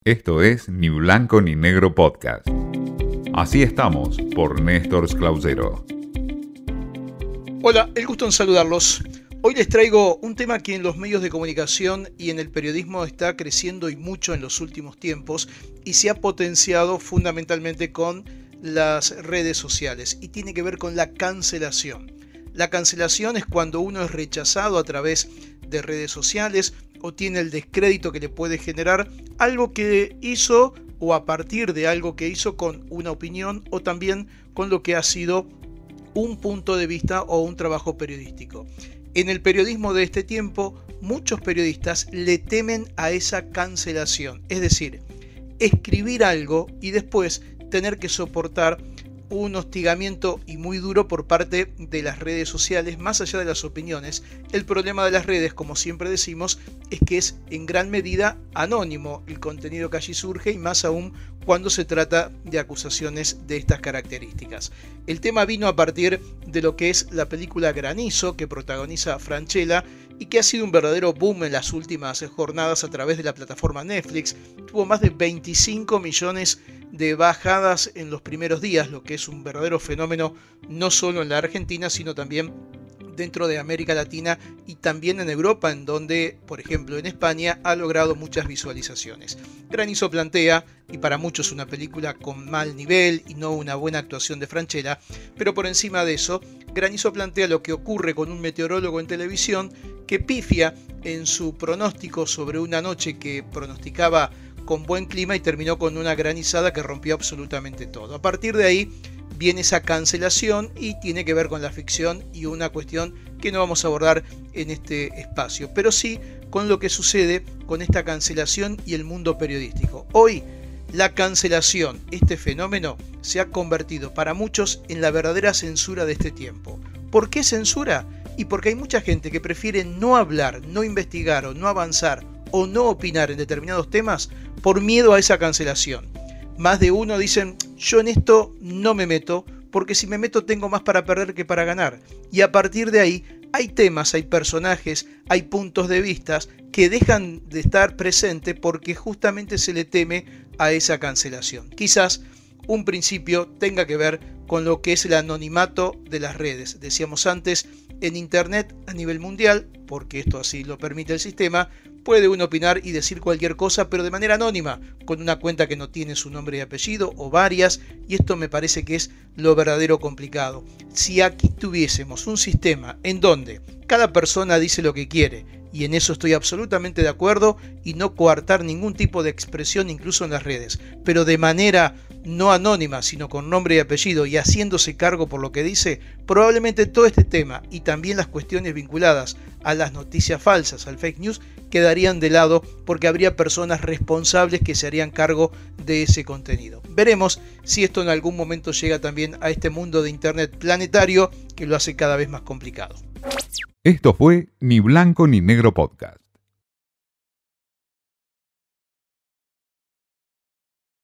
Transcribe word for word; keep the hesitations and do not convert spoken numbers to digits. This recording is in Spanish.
Esto es Ni Blanco ni Negro Podcast. Así estamos, por Néstor Clausero. Hola, el gusto en saludarlos. Hoy les traigo un tema que en los medios de comunicación y en el periodismo está creciendo y mucho en los últimos tiempos y se ha potenciado fundamentalmente con las redes sociales y tiene que ver con la cancelación. La cancelación es cuando uno es rechazado a través de redes sociales o tiene el descrédito que le puede generar algo que hizo o a partir de algo que hizo con una opinión o también con lo que ha sido un punto de vista o un trabajo periodístico. En el periodismo de este tiempo, muchos periodistas le temen a esa cancelación, es decir, escribir algo y después tener que soportar un hostigamiento y muy duro por parte de las redes sociales, más allá de las opiniones. El problema de las redes, como siempre decimos, es que es en gran medida anónimo el contenido que allí surge y más aún cuando se trata de acusaciones de estas características. El tema vino a partir de lo que es la película Granizo, que protagoniza Francella y que ha sido un verdadero boom en las últimas jornadas a través de la plataforma Netflix. Tuvo más de veinticinco millones de bajadas en los primeros días, lo que es un verdadero fenómeno no solo en la Argentina, sino también dentro de América Latina y también en Europa, en donde, por ejemplo, en España ha logrado muchas visualizaciones. Granizo plantea, y para muchos una película con mal nivel y no una buena actuación de Francella, pero por encima de eso, Granizo plantea lo que ocurre con un meteorólogo en televisión que pifia en su pronóstico sobre una noche que pronosticaba con buen clima y terminó con una granizada que rompió absolutamente todo. A partir de ahí viene esa cancelación y tiene que ver con la ficción y una cuestión que no vamos a abordar en este espacio, pero sí con lo que sucede con esta cancelación y el mundo periodístico. Hoy la cancelación, este fenómeno, se ha convertido para muchos en la verdadera censura de este tiempo. ¿Por qué censura? Y porque hay mucha gente que prefiere no hablar, no investigar o no avanzar o no opinar en determinados temas por miedo a esa cancelación. Más de uno dicen, yo en esto no me meto, porque si me meto tengo más para perder que para ganar. Y a partir de ahí hay temas, hay personajes, hay puntos de vista que dejan de estar presentes porque justamente se le teme a esa cancelación. Quizás un principio tenga que ver con lo que es el anonimato de las redes. Decíamos antes, en Internet a nivel mundial, porque esto así lo permite el sistema, puede uno opinar y decir cualquier cosa, pero de manera anónima, con una cuenta que no tiene su nombre y apellido o varias, y esto me parece que es lo verdadero complicado. Si aquí tuviésemos un sistema en donde cada persona dice lo que quiere, y en eso estoy absolutamente de acuerdo, y no coartar ningún tipo de expresión incluso en las redes, pero de manera no anónima, sino con nombre y apellido y haciéndose cargo por lo que dice, probablemente todo este tema y también las cuestiones vinculadas a las noticias falsas, al fake news, quedarían de lado porque habría personas responsables que se harían cargo de ese contenido. Veremos si esto en algún momento llega también a este mundo de Internet planetario que lo hace cada vez más complicado. Esto fue Ni Blanco ni Negro Podcast.